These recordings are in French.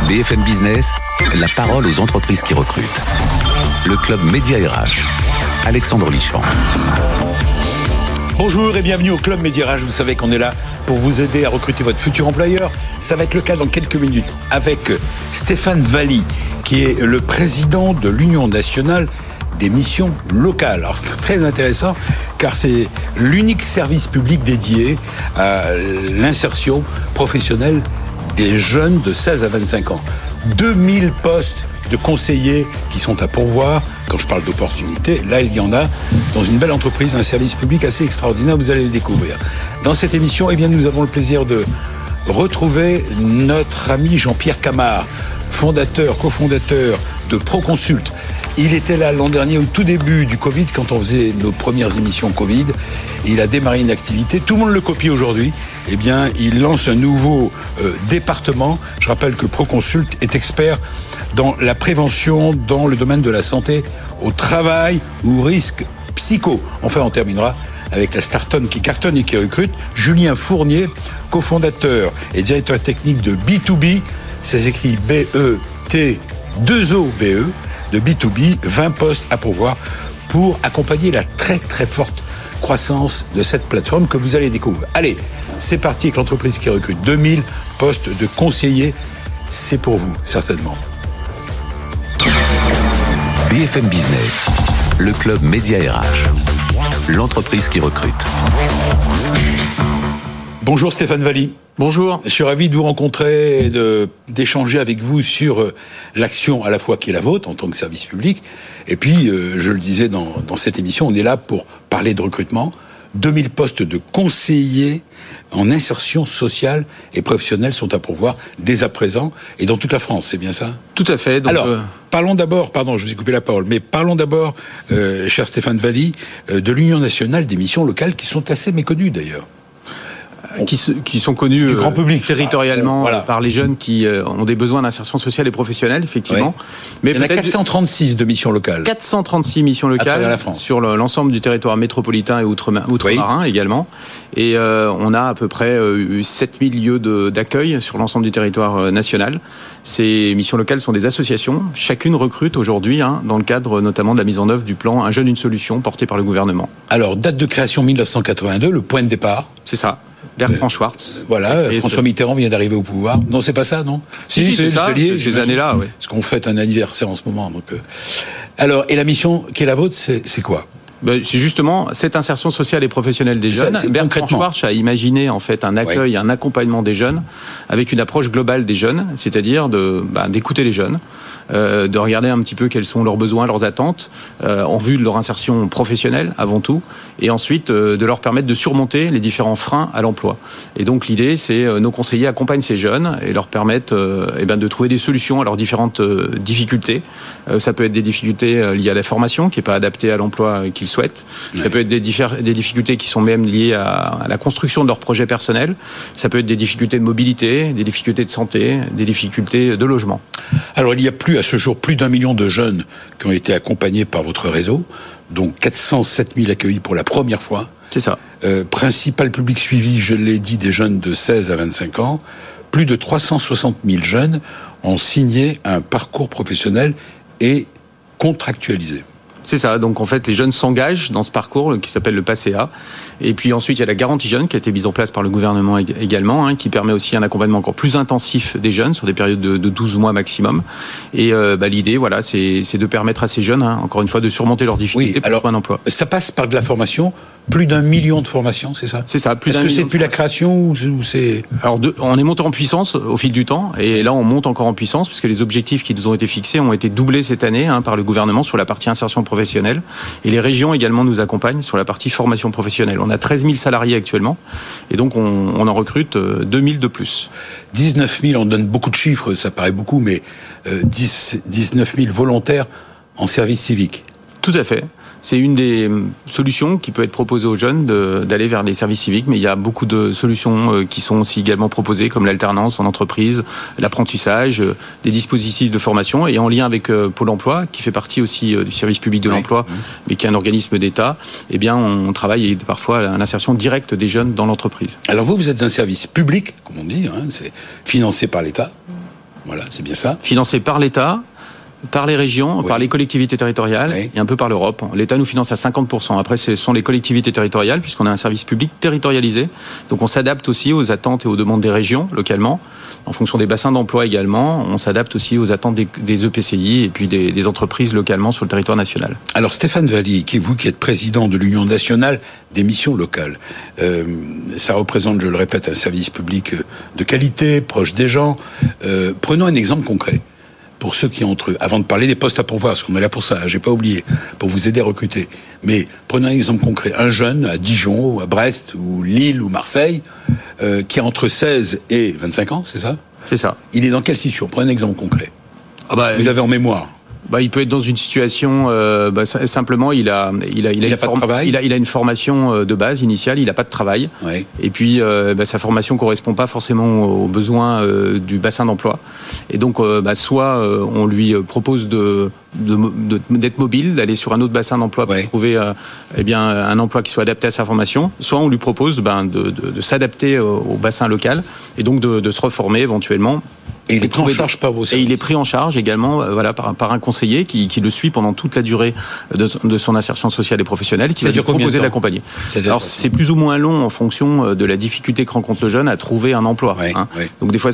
BFM Business, la parole aux entreprises qui recrutent. Le club Média RH, Alexandre Lichamp. Bonjour et bienvenue au Club Média RH. Vous savez qu'on est là pour vous aider à recruter votre futur employeur. Ça va être le cas dans quelques minutes avec Stéphane Valli, qui est le président de l'Union nationale des missions locales. Alors c'est très intéressant car c'est l'unique service public dédié à l'insertion professionnelle des jeunes de 16 à 25 ans. 2000 postes de conseillers qui sont à pourvoir. Quand je parle d'opportunités, là il y en a dans une belle entreprise, un service public assez extraordinaire, vous allez le découvrir. Dans cette émission, nous avons le plaisir de retrouver notre ami Jean-Pierre Camard, cofondateur de Proconsult. Il était là l'an dernier au tout début du Covid, quand on faisait nos premières émissions Covid. Il a démarré une activité, tout le monde le copie aujourd'hui. Il lance un nouveau département. Je rappelle que Proconsult est expert dans la prévention dans le domaine de la santé au travail ou risques psycho. Enfin, on terminera avec la start-up qui cartonne et qui recrute. Julien Fournier, cofondateur et directeur technique de B2B. Ça s'écrit B-E-T-2-O-B-E. De B2B, 20 postes à pourvoir pour accompagner la très très forte croissance de cette plateforme que vous allez découvrir. Allez, c'est parti avec l'entreprise qui recrute 2000 postes de conseillers. C'est pour vous, certainement. BFM Business, le club Média RH, l'entreprise qui recrute. Bonjour Stéphane Valli. Bonjour. Je suis ravi de vous rencontrer et d'échanger avec vous sur l'action à la fois qui est la vôtre en tant que service public. Et puis, je le disais dans cette émission, on est là pour parler de recrutement. 2000 postes de conseillers en insertion sociale et professionnelle sont à pourvoir dès à présent et dans toute la France, c'est bien ça ? Tout à fait. Donc, alors, parlons d'abord, pardon, je vous ai coupé la parole, mais parlons d'abord, cher Stéphane Valli, de l'Union nationale des missions locales qui sont assez méconnues d'ailleurs. Qui sont connus du grand public, territorialement par les jeunes qui ont des besoins d'insertion sociale et professionnelle, effectivement. Oui. Mais il y en a 436 de missions locales. 436 missions locales sur l'ensemble du territoire métropolitain et outre-marin également. Et on a à peu près 7000 lieux d'accueil sur l'ensemble du territoire national. Ces missions locales sont des associations. Chacune recrute aujourd'hui, dans le cadre notamment de la mise en œuvre du plan Un jeune, une solution porté par le gouvernement. Alors, date de création 1982, le point de départ. C'est ça. Bertrand Schwartz. Voilà, François Mitterrand vient d'arriver au pouvoir. Non, c'est pas ça, non ? Si, c'est ça, lié, ces années-là, oui. Parce qu'on fête un anniversaire en ce moment. Donc, Alors, et la mission qui est la vôtre, c'est quoi ? C'est justement cette insertion sociale et professionnelle des jeunes. Bertrand Schwartz a imaginé en fait un accueil, un accompagnement des jeunes avec une approche globale des jeunes, c'est-à-dire d'écouter les jeunes, de regarder un petit peu quels sont leurs besoins, leurs attentes, en vue de leur insertion professionnelle avant tout, et ensuite de leur permettre de surmonter les différents freins à l'emploi. Et donc l'idée, c'est nos conseillers accompagnent ces jeunes et leur permettent de trouver des solutions à leurs différentes difficultés. Ça peut être des difficultés liées à la formation qui n'est pas adaptée à l'emploi qu'ils souhaitent. Ça peut être des difficultés qui sont même liées à la construction de leur projet personnel. Ça peut être des difficultés de mobilité, des difficultés de santé, des difficultés de logement. Alors il y a à ce jour plus d'1 million de jeunes qui ont été accompagnés par votre réseau, donc 407 000 accueillis pour la première fois. C'est ça. Principal public suivi, je l'ai dit, des jeunes de 16 à 25 ans. Plus de 360 000 jeunes ont signé un parcours professionnel et contractualisé. C'est ça, donc en fait les jeunes s'engagent dans ce parcours qui s'appelle le PASSEA. Et puis ensuite il y a la garantie jeune qui a été mise en place par le gouvernement également, qui permet aussi un accompagnement encore plus intensif des jeunes sur des périodes de 12 mois maximum. Et l'idée, c'est de permettre à ces jeunes, encore une fois, de surmonter leurs difficultés pour trouver un emploi. Ça passe par de la formation, plus d'1 million de formations, c'est ça ? C'est ça, plus d'un million. Est-ce que c'est depuis la création ou c'est... Alors on est monté en puissance au fil du temps, et là on monte encore en puissance, puisque les objectifs qui nous ont été fixés ont été doublés cette année par le gouvernement sur la partie insertion professionnelle, et les régions également nous accompagnent sur la partie formation professionnelle. On a 13 000 salariés actuellement, et donc on en recrute 2 000 de plus. 19 000, on donne beaucoup de chiffres, ça paraît beaucoup, mais 19 000 volontaires en service civique. Tout à fait. C'est une des solutions qui peut être proposée aux jeunes d'aller vers les services civiques, mais il y a beaucoup de solutions qui sont aussi également proposées, comme l'alternance en entreprise, l'apprentissage, des dispositifs de formation, et en lien avec Pôle emploi, qui fait partie aussi du service public de l'emploi, mais qui est un organisme d'État. On travaille parfois à l'insertion directe des jeunes dans l'entreprise. Alors vous êtes un service public, comme on dit, c'est financé par l'État. Voilà, c'est bien ça. Financé par l'État, par les régions, par les collectivités territoriales et un peu par l'Europe. L'État nous finance à 50%. Après, ce sont les collectivités territoriales, puisqu'on a un service public territorialisé. Donc on s'adapte aussi aux attentes et aux demandes des régions, localement. En fonction des bassins d'emploi également, on s'adapte aussi aux attentes des EPCI et puis des entreprises localement sur le territoire national. Alors Stéphane Valli, vous qui êtes président de l'Union nationale des missions locales, ça représente, je le répète, un service public de qualité, proche des gens. Prenons un exemple concret. Pour ceux qui entre eux, avant de parler des postes à pourvoir, parce qu'on est là pour ça, j'ai pas oublié, pour vous aider à recruter. Mais prenons un exemple concret. Un jeune à Dijon, ou à Brest, ou Lille, ou Marseille, qui a entre 16 et 25 ans, c'est ça ? C'est ça. Il est dans quelle situation ? Prenez un exemple concret. Vous avez en mémoire ? Il peut être dans une situation simplement il a une formation de base initiale, il n'a pas de travail. Ouais. Et puis sa formation correspond pas forcément aux besoins du bassin d'emploi. Et donc soit on lui propose d'être mobile, d'aller sur un autre bassin d'emploi pour trouver un emploi qui soit adapté à sa formation, soit on lui propose de s'adapter au bassin local et donc de se reformer éventuellement. Et il est pris en charge par vos services. Et il est pris en charge également par un conseiller qui le suit pendant toute la durée de son insertion sociale et professionnelle, qui va lui proposer de l'accompagner. Alors c'est plus ou moins long en fonction de la difficulté que rencontre le jeune à trouver un emploi. Donc des fois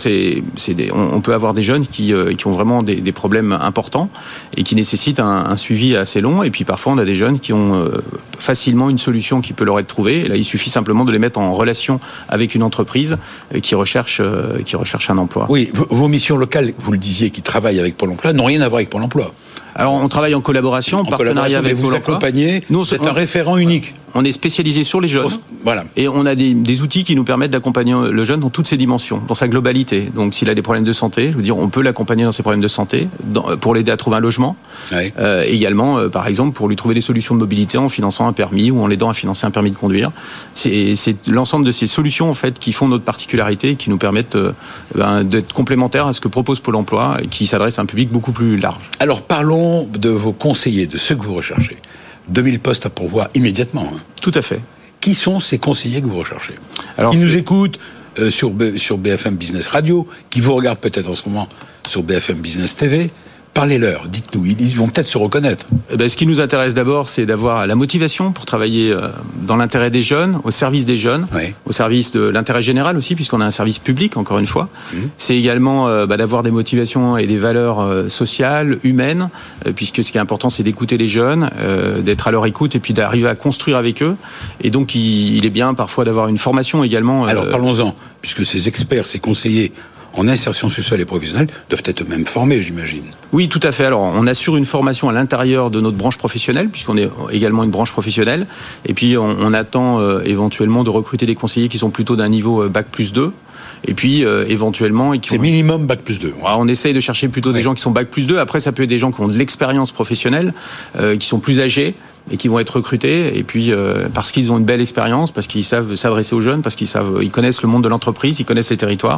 on peut avoir des jeunes qui ont vraiment des problèmes importants et qui nécessitent un suivi assez long. Et puis parfois on a des jeunes qui ont facilement une solution qui peut leur être trouvée. Et là il suffit simplement de les mettre en relation avec une entreprise qui recherche un emploi. Oui. Vos missions locales, vous le disiez, qui travaillent avec Pôle emploi, n'ont rien à voir avec Pôle emploi. Alors on travaille en collaboration, en partenariat avec Pôle emploi. Vous accompagnez, c'est un référent unique. On est spécialisé sur les jeunes. Voilà. Et on a des outils qui nous permettent d'accompagner le jeune dans toutes ses dimensions, dans sa globalité. Donc s'il a des problèmes de santé, je veux dire, on peut l'accompagner dans ses problèmes de santé, pour l'aider à trouver un logement. Également, par exemple, pour lui trouver des solutions de mobilité en finançant un permis ou en l'aidant à financer un permis de conduire. C'est l'ensemble de ces solutions en fait qui font notre particularité et qui nous permettent d'être complémentaires à ce que propose Pôle emploi et qui s'adresse à un public beaucoup plus large. Alors parlons de vos conseillers, de ceux que vous recherchez. 2000 postes à pourvoir immédiatement. Tout à fait. Qui sont ces conseillers que vous recherchez ? Alors, qui nous écoutent sur BFM Business Radio, qui vous regardent peut-être en ce moment sur BFM Business TV. Parlez-leur, dites-nous, ils vont peut-être se reconnaître. Ce qui nous intéresse d'abord, c'est d'avoir la motivation pour travailler dans l'intérêt des jeunes, au service des jeunes, au service de l'intérêt général aussi, puisqu'on a un service public, encore une fois. C'est également d'avoir des motivations et des valeurs sociales, humaines, puisque ce qui est important, c'est d'écouter les jeunes, d'être à leur écoute et puis d'arriver à construire avec eux. Et donc, il est bien parfois d'avoir une formation également. Alors, parlons-en, puisque ces experts, ces conseillers en insertion sociale et professionnelle doivent être eux-mêmes formés, j'imagine. Oui, tout à fait. Alors, on assure une formation à l'intérieur de notre branche professionnelle, puisqu'on est également une branche professionnelle. Et puis, on attend éventuellement de recruter des conseillers qui sont plutôt d'un niveau Bac plus 2. Et puis, éventuellement... C'est minimum Bac plus 2. On essaye de chercher plutôt des gens qui sont Bac plus 2. Après, ça peut être des gens qui ont de l'expérience professionnelle, qui sont plus âgés et qui vont être recrutés. Et puis, parce qu'ils ont une belle expérience, parce qu'ils savent s'adresser aux jeunes, parce ils connaissent le monde de l'entreprise, ils connaissent les territoires,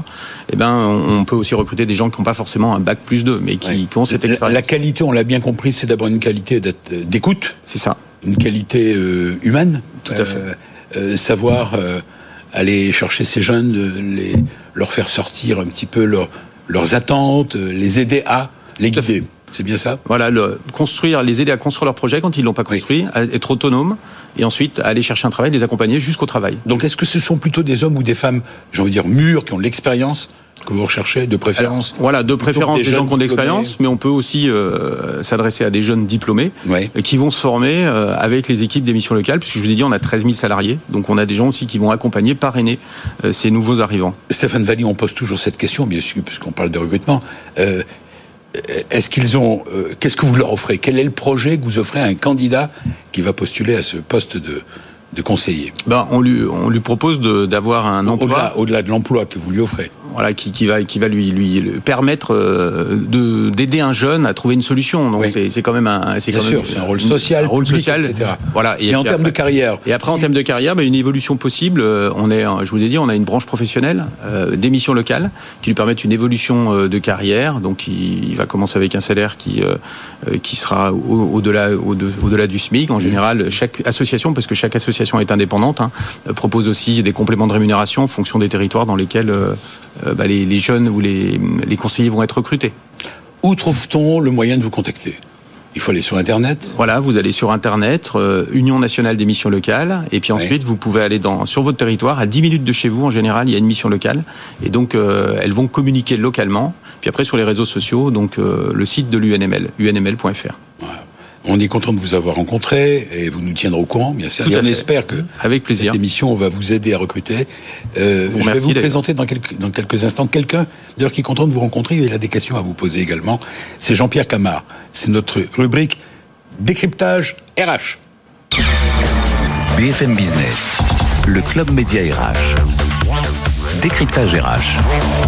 on peut aussi recruter des gens qui n'ont pas forcément un Bac plus 2, mais qui ont cette expérience. La qualité, on l'a bien compris, c'est d'abord une qualité d'écoute. C'est ça. Une qualité humaine. Tout à fait. Savoir... aller chercher ces jeunes, leur faire sortir un petit peu leurs attentes, les aider à les guider. C'est bien ça ? Voilà, les aider à construire leur projet quand ils ne l'ont pas construit, à être autonomes, et ensuite aller chercher un travail, les accompagner jusqu'au travail. Donc est-ce que ce sont plutôt des hommes ou des femmes, j'ai envie de dire, mûrs, qui ont de l'expérience que vous recherchez, de préférence? Alors, voilà, de préférence des gens qui ont de l'expérience, mais on peut aussi s'adresser à des jeunes diplômés qui vont se former avec les équipes des missions locales, puisque je vous ai dit, on a 13 000 salariés, donc on a des gens aussi qui vont accompagner, parrainer ces nouveaux arrivants. Stéphane Valli, on pose toujours cette question, bien sûr, puisqu'on parle de recrutement. Est-ce qu'ils ont... qu'est-ce que vous leur offrez ? Quel est le projet que vous offrez à un candidat qui va postuler à ce poste de conseiller ? On lui propose d'avoir un emploi... Au-delà de l'emploi que vous lui offrez. Voilà, qui va lui permettre d'aider un jeune à trouver une solution. Donc c'est quand même c'est un rôle social, public, etc. Voilà. Et en termes de carrière. Et après, en termes de carrière, une évolution possible. Je vous ai dit, on a une branche professionnelle, des missions locales, qui lui permettent une évolution de carrière. Donc il va commencer avec un salaire qui sera au-delà du SMIC. En général, chaque association, parce que chaque association l'association est indépendante, propose aussi des compléments de rémunération en fonction des territoires dans lesquels les jeunes ou les conseillers vont être recrutés. Où trouve-t-on le moyen de vous contacter ? Il faut aller sur Internet. Voilà, vous allez sur Internet, Union nationale des missions locales, et puis ensuite vous pouvez aller sur votre territoire, à 10 minutes de chez vous, en général, il y a une mission locale, et donc elles vont communiquer localement, puis après sur les réseaux sociaux, donc le site de l'UNML, unml.fr. Voilà. On est content de vous avoir rencontré, et vous nous tiendrez au courant, bien sûr. Et on espère que avec plaisir. Cette émission va vous aider à recruter. Je vais vous présenter dans quelques instants quelqu'un d'ailleurs qui est content de vous rencontrer. Il a des questions à vous poser également. C'est Jean-Pierre Camard. C'est notre rubrique décryptage RH. BFM Business, le club média RH. Décryptage RH.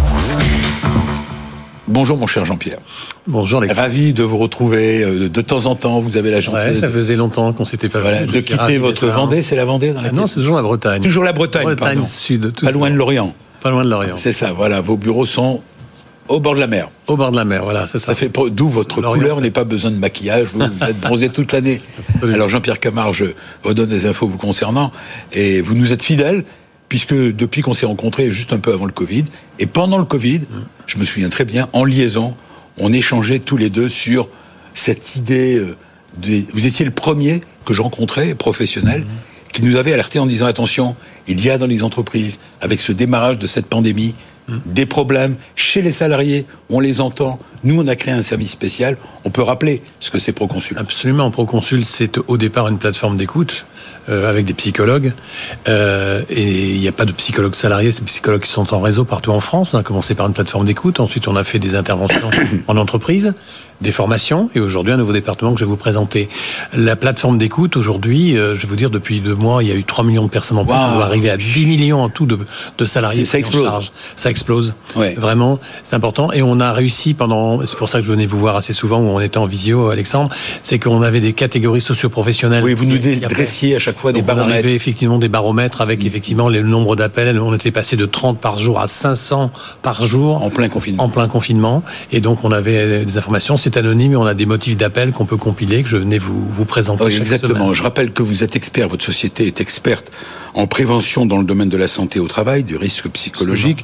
Bonjour mon cher Jean-Pierre. Bonjour Alexandre. Ravi de vous retrouver de temps en temps. Vous avez la gentillesse. Ouais, ça faisait longtemps qu'on s'était pas vu. De quitter votre Vendée, c'est la Vendée dans laquelle... Non, c'est toujours la Bretagne. Toujours la Bretagne, Bretagne Sud. Pas loin de Lorient. Pas loin de Lorient. C'est ça, voilà. Vos bureaux sont au bord de la mer. Au bord de la mer, voilà, c'est ça. Ça fait d'où votre Lorient, couleur n'est pas besoin de maquillage. Vous êtes bronzé toute l'année. Absolument. Alors Jean-Pierre Camard, je vous donne des infos vous concernant. Et vous nous êtes fidèles, puisque depuis qu'on s'est rencontrés, juste un peu avant le Covid, et pendant le Covid, je me souviens très bien, en liaison, on échangeait tous les deux sur cette idée vous étiez le premier que je rencontrais, professionnel, qui nous avait alerté en disant attention, il y a dans les entreprises, avec ce démarrage de cette pandémie, des problèmes chez les salariés, on les entend. Nous, on a créé un service spécial. On peut rappeler ce que c'est Proconsul. Absolument. Proconsul, c'est au départ une plateforme d'écoute avec des psychologues. Et il n'y a pas de psychologues salariés, c'est des psychologues qui sont en réseau partout en France. On a commencé par une plateforme d'écoute. Ensuite, on a fait des interventions en entreprise, des formations. Et aujourd'hui, un nouveau département que je vais vous présenter. La plateforme d'écoute, aujourd'hui, je vais vous dire, depuis 2 mois, il y a eu 3 millions de personnes en plus. On va arriver à 10 millions en tout de salariés. Ça explose. Ça explose. Ouais. Vraiment, c'est important. Et on a réussi c'est pour ça que je venais vous voir assez souvent où on était en visio, Alexandre, c'est qu'on avait des catégories socio-professionnelles. Oui, vous nous dressiez à chaque fois des baromètres. On arrivait effectivement des baromètres avec effectivement le nombre d'appels. On était passé de 30 par jour à 500 par jour. En plein confinement. En plein confinement. Et donc on avait des informations. C'est anonyme et on a des motifs d'appel qu'on peut compiler, que je venais vous présenter. Oui, exactement. Semaine. Je rappelle que vous êtes expert, votre société est experte en prévention dans le domaine de la santé au travail, du risque psychologique.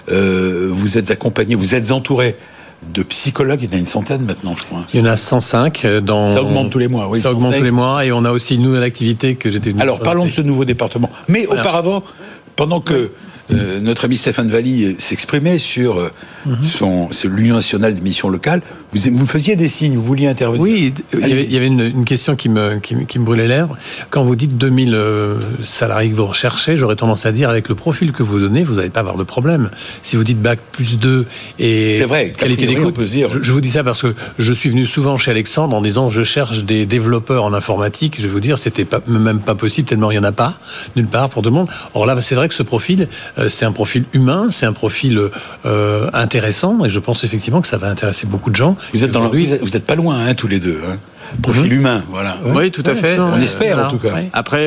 Vous êtes accompagné, vous êtes entouré de psychologues, il y en a une centaine maintenant, je crois. Il y en a 105 dans... Ça augmente tous les mois, oui. Ça augmente tous les mois, et on a aussi une nouvelle activité que j'étais venu... Alors, parlons de ce nouveau département. Mais auparavant, pendant que notre ami Stéphane Valli s'exprimait sur l'Union nationale des missions locales, vous faisiez des signes, vous vouliez intervenir. Oui, il y avait une question qui me brûlait les lèvres. Quand vous dites 2000 salariés que vous recherchez, j'aurais tendance à dire, avec le profil que vous donnez, vous n'allez pas avoir de problème. Si vous dites Bac plus 2 et c'est vrai, qualité d'écoute, je vous dis ça parce que je suis venu souvent chez Alexandre en disant je cherche des développeurs en informatique. Je vais vous dire, c'était même pas possible, tellement il n'y en a pas, nulle part pour tout le monde. Or là, c'est vrai que ce profil, c'est un profil humain, c'est un profil intéressant, et je pense effectivement que ça va intéresser beaucoup de gens. Vous êtes pas loin, tous les deux. Profil humain, voilà. Oui, tout à fait. On espère, en tout cas. Ouais. Après,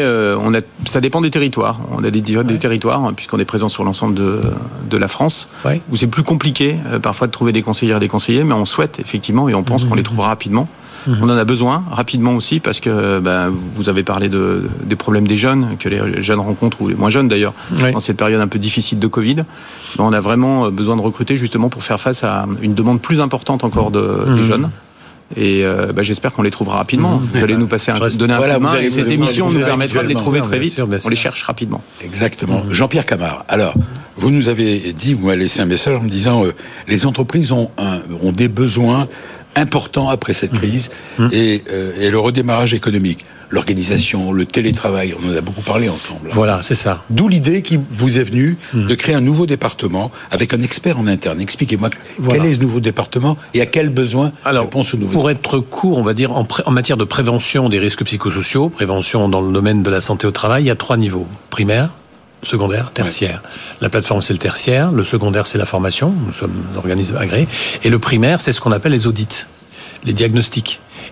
ça dépend des territoires. On a des territoires, puisqu'on est présent sur l'ensemble de la France, où c'est plus compliqué, parfois, de trouver des conseillères et des conseillers, mais on souhaite, effectivement, et on pense qu'on les trouvera rapidement. On en a besoin, rapidement aussi, parce que vous avez parlé des problèmes des jeunes, que les jeunes rencontrent, ou les moins jeunes d'ailleurs, dans cette période un peu difficile de Covid. On a vraiment besoin de recruter, justement, pour faire face à une demande plus importante encore des jeunes. Et j'espère qu'on les trouvera rapidement. Vous allez nous donner un coup de main, et cette émission nous permettra de les trouver très vite. On les cherche rapidement. Exactement. Jean-Pierre Camard, alors, vous nous avez dit, vous m'avez laissé un message en me disant les entreprises ont des besoins importants après cette crise et le redémarrage économique. L'organisation, le télétravail, on en a beaucoup parlé ensemble. Voilà, c'est ça. D'où l'idée qui vous est venue de créer un nouveau département avec un expert en interne. Expliquez-moi quel est ce nouveau département et à quels besoins répond ce nouveau département. Pour être court, on va dire, en matière de prévention des risques psychosociaux, prévention dans le domaine de la santé au travail, il y a 3 niveaux. Primaire, secondaire, tertiaire. La plateforme, c'est le tertiaire. Le secondaire, c'est la formation. Nous sommes un organisme agréé. Et le primaire, c'est ce qu'on appelle les audits, les diagnostics.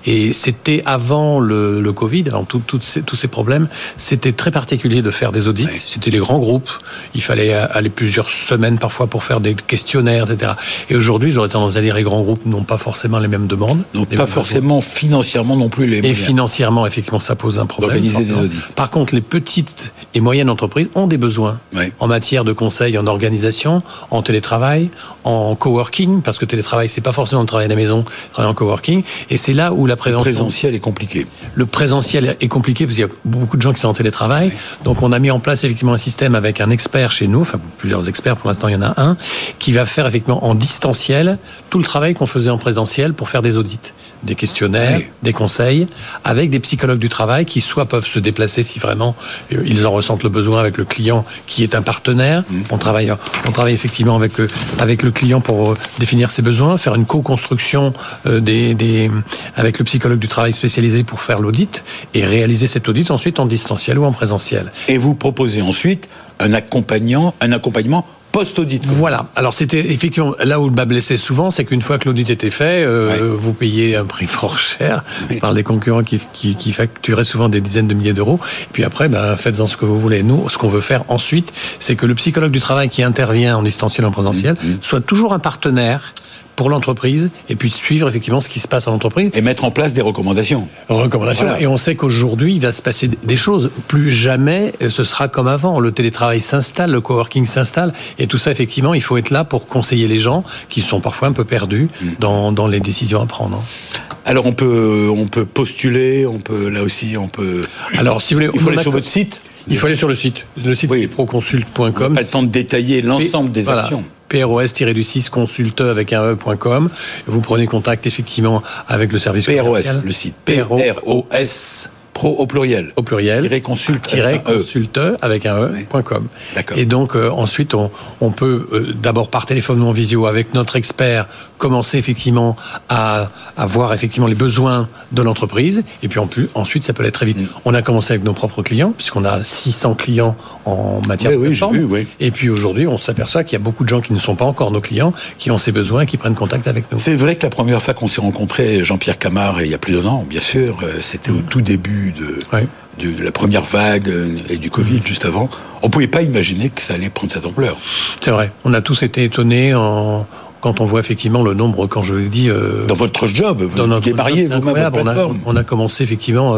Et c'était avant le Covid, avant tous ces problèmes, c'était très particulier de faire des audits. C'était les grands groupes. Il fallait aller plusieurs semaines parfois pour faire des questionnaires, etc. Et aujourd'hui, j'aurais tendance à dire les grands groupes n'ont pas forcément les mêmes demandes. Donc pas forcément financièrement non plus les moyens. Et financièrement, effectivement, ça pose un problème. D'organiser des audits. Par contre, les petites et moyennes entreprises ont des besoins en matière de conseil, en organisation, en télétravail, en coworking, parce que télétravail, c'est pas forcément le travail à la maison, le travail en coworking. Et c'est là où la prévention... Le présentiel est compliqué. Le présentiel est compliqué parce qu'il y a beaucoup de gens qui sont en télétravail. Donc on a mis en place effectivement un système avec un expert chez nous, enfin plusieurs experts, pour l'instant il y en a un, qui va faire effectivement en distanciel tout le travail qu'on faisait en présentiel pour faire des audits, des questionnaires, des conseils, avec des psychologues du travail qui soit peuvent se déplacer si vraiment ils en ressentent le besoin avec le client qui est un partenaire. On travaille effectivement avec le client pour définir ses besoins, faire une co-construction avec le psychologue du travail spécialisé pour faire l'audit et réaliser cet audit ensuite en distanciel ou en présentiel. Et vous proposez ensuite un accompagnement post-audit. Voilà. Alors c'était effectivement là où le bas blessait souvent, c'est qu'une fois que l'audit était fait, vous payez un prix fort cher par des concurrents qui facturaient souvent des dizaines de milliers d'euros. Et puis après, faites-en ce que vous voulez. Nous, ce qu'on veut faire ensuite, c'est que le psychologue du travail qui intervient en distanciel, en présentiel, soit toujours un partenaire pour l'entreprise et puis suivre effectivement ce qui se passe en entreprise. Et mettre en place des recommandations. Voilà. Et on sait qu'aujourd'hui, il va se passer des choses. Plus jamais, ce sera comme avant. Le télétravail s'installe, le coworking s'installe. Et tout ça, effectivement, il faut être là pour conseiller les gens qui sont parfois un peu perdus dans les décisions à prendre. Alors on peut postuler, on peut... Alors si vous voulez... Il faut aller sur votre site. Il faut aller sur le site. Le site, c'est proconsult.com. On n'a pas le temps de détailler l'ensemble des actions. PROS-du-6 consulte avec un e.com. Vous prenez contact effectivement avec le service commercial. PROS, le site. PROS. Pro au pluriel. Au pluriel. Consulte avec un e.com. D'accord. Et donc ensuite on peut d'abord par téléphone ou en visio avec notre expert commencer effectivement à voir effectivement les besoins de l'entreprise et puis ensuite ça peut aller très vite. On a commencé avec nos propres clients puisqu'on a 600 clients en matière de plateforme. Et puis aujourd'hui on s'aperçoit qu'il y a beaucoup de gens qui ne sont pas encore nos clients qui ont ces besoins et qui prennent contact avec nous. C'est vrai que la première fois qu'on s'est rencontrés, Jean-Pierre Camard, il y a plus d'un an bien sûr, c'était au tout début de la première vague et du Covid juste avant, on ne pouvait pas imaginer que ça allait prendre cette ampleur. C'est vrai, on a tous été étonnés quand on voit effectivement le nombre, quand je vous dis... dans votre job, vous débarriez vous-même votre plateforme. On a commencé effectivement...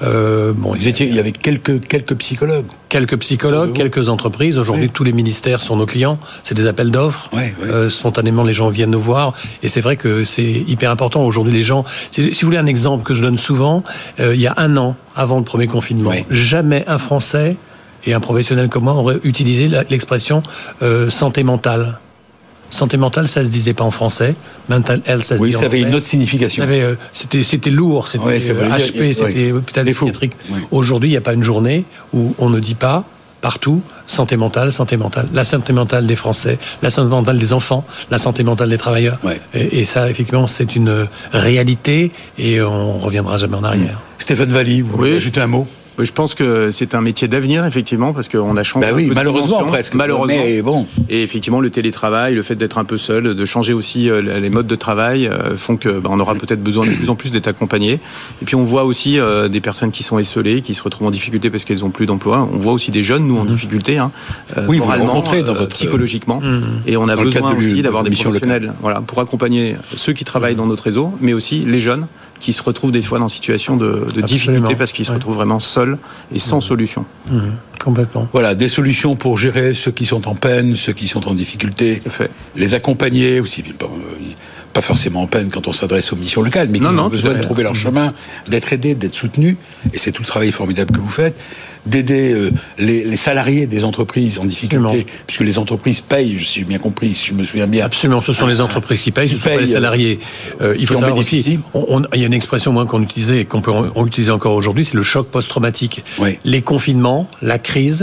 il y avait quelques psychologues. Quelques psychologues, quelques entreprises. Aujourd'hui, tous les ministères sont nos clients. C'est des appels d'offres. Spontanément, les gens viennent nous voir. Et c'est vrai que c'est hyper important. Aujourd'hui, les gens... Si vous voulez un exemple que je donne souvent, il y a un an, avant le premier confinement, jamais un Français et un professionnel comme moi aurait utilisé l'expression santé mentale. Santé mentale, ça se disait pas en français. Mental health, ça se dit en anglais. Ça avait une autre signification. C'était lourd, c'était HP, c'était hôpital psychiatrique. Aujourd'hui, il n'y a pas une journée où on ne dit pas partout santé mentale. La santé mentale des Français, la santé mentale des enfants, la santé mentale des travailleurs. Et ça, effectivement, c'est une réalité et on reviendra jamais en arrière. Stéphane Valli, vous voulez ajouter un mot ? Oui, je pense que c'est un métier d'avenir, effectivement, parce qu'on a changé. Malheureusement, presque. Malheureusement. Mais bon. Et effectivement, le télétravail, le fait d'être un peu seul, de changer aussi les modes de travail, font que on aura peut-être besoin de plus en plus d'être accompagnés. Et puis on voit aussi des personnes qui sont esselées, qui se retrouvent en difficulté parce qu'elles n'ont plus d'emploi. On voit aussi des jeunes, nous, en difficulté, moralement, dans votre... psychologiquement. Et on a besoin aussi d'avoir des professionnels, pour accompagner ceux qui travaillent dans notre réseau, mais aussi les jeunes qui se retrouvent des fois dans une situation de difficulté parce qu'ils se retrouvent vraiment seuls et sans solution. Complètement. Voilà, des solutions pour gérer ceux qui sont en peine, ceux qui sont en difficulté, les accompagner aussi, pas forcément en peine quand on s'adresse aux missions locales, mais qui ont besoin de trouver leur chemin, d'être aidés, d'être soutenus, et c'est tout le travail formidable que vous faites, d'aider les salariés des entreprises en difficulté, puisque les entreprises payent, si j'ai bien compris, si je me souviens bien. Absolument, ce sont les entreprises qui payent, ce ne sont pas les salariés. Il faut savoir aussi, il y a une expression qu'on utilisait et qu'on peut utiliser encore aujourd'hui, c'est le choc post-traumatique. Les confinements, la crise,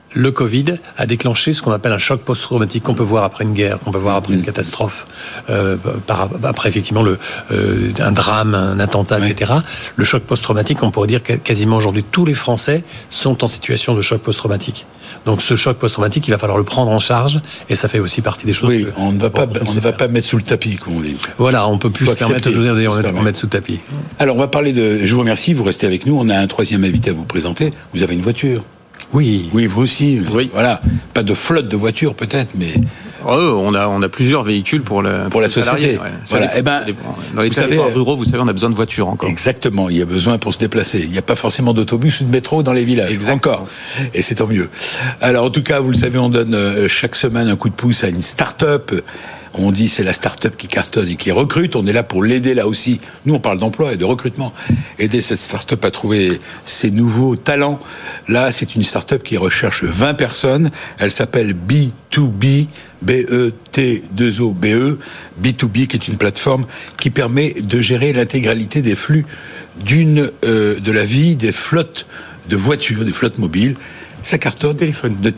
le Covid a déclenché ce qu'on appelle un choc post-traumatique qu'on peut voir après une guerre, qu'on peut voir après une catastrophe, après effectivement un drame, un attentat, etc. Le choc post-traumatique, on pourrait dire que quasiment aujourd'hui tous les Français sont en situation de choc post-traumatique. Donc ce choc post-traumatique, il va falloir le prendre en charge, et ça fait aussi partie des choses. Oui, on ne va pas mettre sous le tapis, comme on dit. Voilà, on peut plus se permettre aujourd'hui de mettre sous le tapis. Alors on va parler de. Je vous remercie, vous restez avec nous. On a un troisième invité à vous présenter. Vous avez une voiture. Oui. Oui, vous aussi. Oui. Voilà. Pas de flotte de voitures, peut-être, mais. On a plusieurs véhicules pour la société. Ouais. Voilà. Dans les territoires ruraux, vous savez, on a besoin de voitures encore. Exactement. Il y a besoin pour se déplacer. Il n'y a pas forcément d'autobus ou de métro dans les villages. Exactement. Encore. Et c'est tant mieux. Alors, en tout cas, vous le savez, on donne chaque semaine un coup de pouce à une start-up. On dit c'est la start-up qui cartonne et qui recrute. On est là pour l'aider là aussi. Nous, on parle d'emploi et de recrutement. Aider cette start-up à trouver ses nouveaux talents. Là, c'est une start-up qui recherche 20 personnes. Elle s'appelle B2B, B-E-T-2-O-B-E. B2B, qui est une plateforme qui permet de gérer l'intégralité des flux de la vie des flottes de voitures, des flottes mobiles. Ça cartonne. De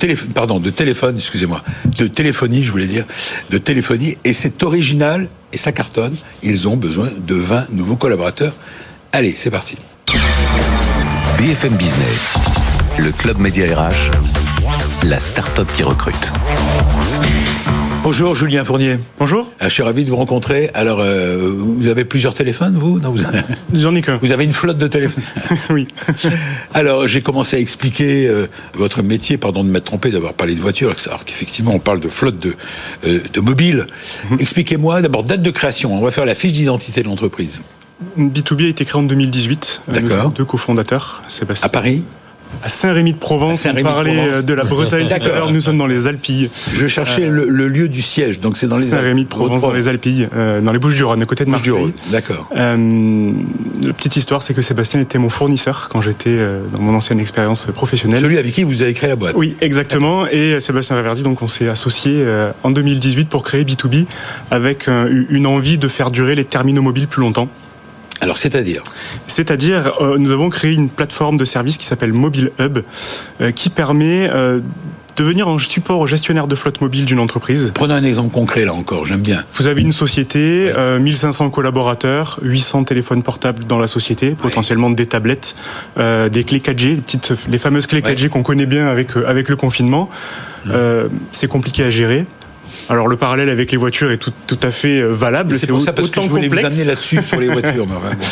téléphonie, je voulais dire. De téléphonie. Et c'est original, et ça cartonne. Ils ont besoin de 20 nouveaux collaborateurs. Allez, c'est parti. BFM Business, le Club Média RH, la start-up qui recrute. Bonjour Julien Fournier. Bonjour. Je suis ravi de vous rencontrer. Alors, vous avez plusieurs téléphones, vous ? Non, J'en ai qu'un. Vous avez une flotte de téléphones ? Oui. Alors, j'ai commencé à expliquer votre métier, pardon de m'être trompé d'avoir parlé de voiture, alors qu'effectivement, on parle de flotte de mobiles. Expliquez-moi, d'abord, date de création. On va faire la fiche d'identité de l'entreprise. B2B a été créé en 2018. D'accord. Nous sommes deux cofondateurs. À Paris ? À Saint-Rémy-de-Provence, on parlait de la Bretagne tout à l'heure, nous sommes dans les Alpilles. Je cherchais le lieu du siège, donc c'est dans les Saint-Rémy-de-Provence, dans les Alpilles, dans les Bouches-du-Rhône, à côté de Marseille. D'accord. La petite histoire, c'est que Sébastien était mon fournisseur quand j'étais dans mon ancienne expérience professionnelle. Celui avec qui vous avez créé la boîte. Oui, exactement. Et Sébastien Raverdi, donc on s'est associés en 2018 pour créer B2B avec une envie de faire durer les terminaux mobiles plus longtemps. Alors, c'est-à-dire, nous avons créé une plateforme de service qui s'appelle Mobile Hub, qui permet de venir en support aux gestionnaires de flotte mobile d'une entreprise. Prenons un exemple concret, là encore, j'aime bien. Vous avez une société, 1500 collaborateurs, 800 téléphones portables dans la société, potentiellement des tablettes, des clés 4G, les fameuses clés 4G qu'on connaît bien avec le confinement. C'est compliqué à gérer. Alors le parallèle avec les voitures est tout à fait valable. C'est pour ça parce que je voulais vous amener là-dessus sur les voitures.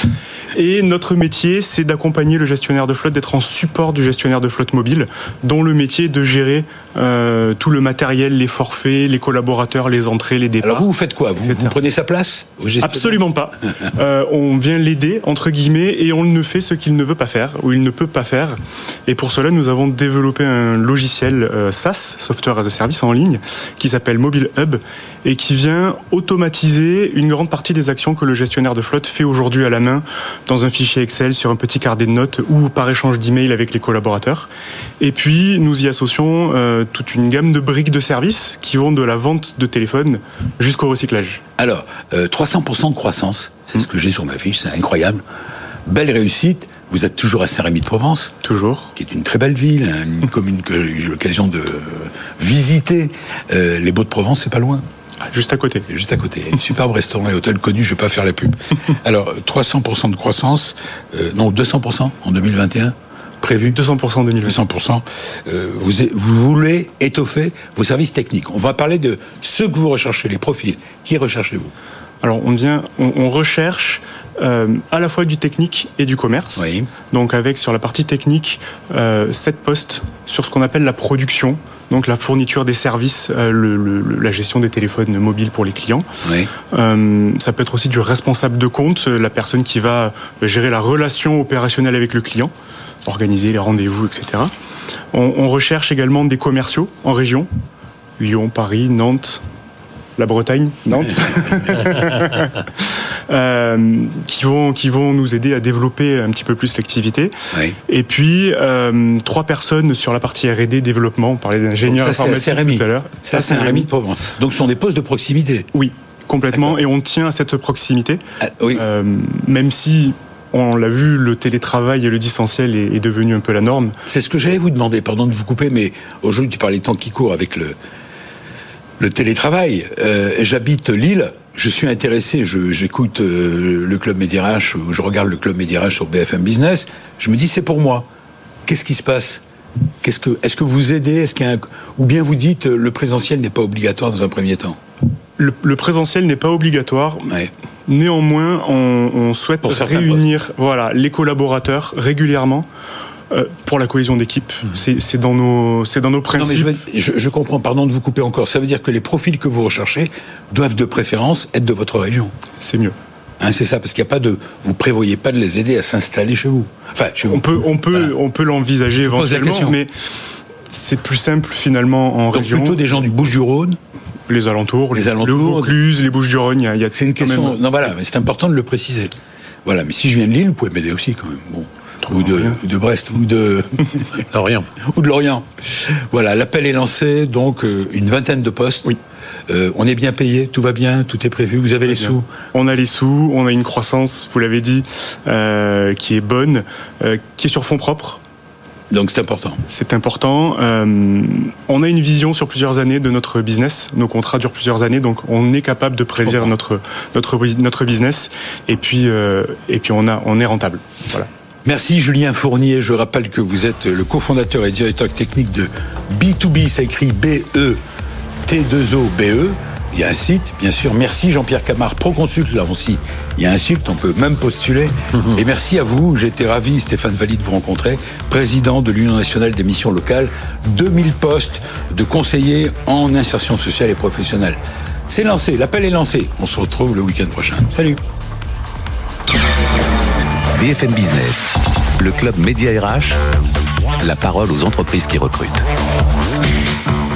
Et notre métier, c'est d'accompagner le gestionnaire de flotte, d'être en support du gestionnaire de flotte mobile, dont le métier est de gérer tout le matériel, les forfaits, les collaborateurs, les entrées, les départs. Alors vous faites quoi ? Vous prenez sa place au gestionnaire ? Absolument pas. On vient l'aider, entre guillemets, et on ne fait ce qu'il ne veut pas faire, ou il ne peut pas faire. Et pour cela, nous avons développé un logiciel SaaS, Software as a Service, en ligne, qui s'appelle Mobile Hub, et qui vient automatiser une grande partie des actions que le gestionnaire de flotte fait aujourd'hui à la main, dans un fichier Excel, sur un petit carnet de notes ou par échange d'emails avec les collaborateurs. Et puis, nous y associons toute une gamme de briques de services qui vont de la vente de téléphone jusqu'au recyclage. Alors, 300% de croissance, c'est ce que j'ai sur ma fiche, c'est incroyable. Belle réussite. Vous êtes toujours à Saint-Rémy-de-Provence. Toujours. Qui est une très belle ville, une commune que j'ai eu l'occasion de visiter. Les Baux-de-Provence, c'est pas loin. Juste à côté. C'est juste à côté. Un superbe restaurant et hôtel connu, je vais pas faire la pub. Alors, 300% de croissance, 200% en 2021, prévu. 200% en 2021. 200%. Vous voulez étoffer vos services techniques. On va parler de ce que vous recherchez, les profils. Qui recherchez-vous ? Alors, on recherche à la fois du technique et du commerce. Oui. Donc, avec sur la partie technique, 7 postes sur ce qu'on appelle la production. Donc la fourniture des services, la gestion des téléphones mobiles pour les clients. Oui. Ça peut être aussi du responsable de compte, la personne qui va gérer la relation opérationnelle avec le client, organiser les rendez-vous, etc. On recherche également des commerciaux en région, Lyon, Paris, Nantes, la Bretagne, Nantes, qui vont nous aider à développer un petit peu plus l'activité. Oui. Et puis 3 personnes sur la partie R&D développement. On parlait d'ingénieurs informatiques tout à l'heure. Ça, c'est Saint-Rémy-de-Provence. Donc, ce sont des postes de proximité. Oui, complètement. D'accord. Et on tient à cette proximité. Oui. Même si On l'a vu, le télétravail et le distanciel est devenu un peu la norme. C'est ce que j'allais vous demander, pardon de vous couper, mais aujourd'hui tu parlais temps qui court avec le télétravail. J'habite Lille, je suis intéressé, j'écoute le Club Média RH, je regarde le Club Média RH sur BFM Business, je me dis c'est pour moi. Qu'est-ce qui se passe ? Est-ce que vous aidez ? Ou bien vous dites le présentiel n'est pas obligatoire dans un premier temps ? Le présentiel n'est pas obligatoire. Ouais. Néanmoins, on souhaite réunir les collaborateurs régulièrement pour la cohésion d'équipe. C'est dans nos principes. Non, mais je comprends, pardon de vous couper encore. Ça veut dire que les profils que vous recherchez doivent de préférence être de votre région. C'est mieux. C'est ça, parce qu'il n'y a pas vous prévoyez pas de les aider à s'installer chez vous. Enfin, chez vous. On peut l'envisager éventuellement, mais c'est plus simple finalement en région. Plutôt des gens du Bouches-du-Rhône. Les alentours, le Vaucluse, les Bouches-du-Rhône, c'est une question. Non, voilà, mais c'est important de le préciser. Voilà, mais si je viens de Lille, vous pouvez m'aider aussi quand même. Bon, ou de Brest, ou de Lorient, ou de Lorient. Voilà, l'appel est lancé, donc une 20aine de postes. Oui. On est bien payé, tout va bien, tout est prévu. Vous avez les sous. On a les sous, on a une croissance, vous l'avez dit, qui est bonne, qui est sur fonds propres. Donc c'est important. C'est important. On a une vision sur plusieurs années de notre business. Nos contrats durent plusieurs années, donc on est capable de prédire notre business. Et puis on est rentable. Voilà. Merci Julien Fournier. Je rappelle que vous êtes le cofondateur et directeur technique de B2B. Ça écrit B-E-T-2-O-B-E. Il y a un site, bien sûr. Merci Jean-Pierre Camard, Proconsult, là aussi. Il y a un site, on peut même postuler. Et merci à vous, j'ai été ravi, Stéphane Valli, de vous rencontrer, président de l'Union nationale des missions locales. 2000 postes de conseillers en insertion sociale et professionnelle. C'est lancé, l'appel est lancé. On se retrouve le week-end prochain. Salut. BFM Business, le club Média RH, la parole aux entreprises qui recrutent.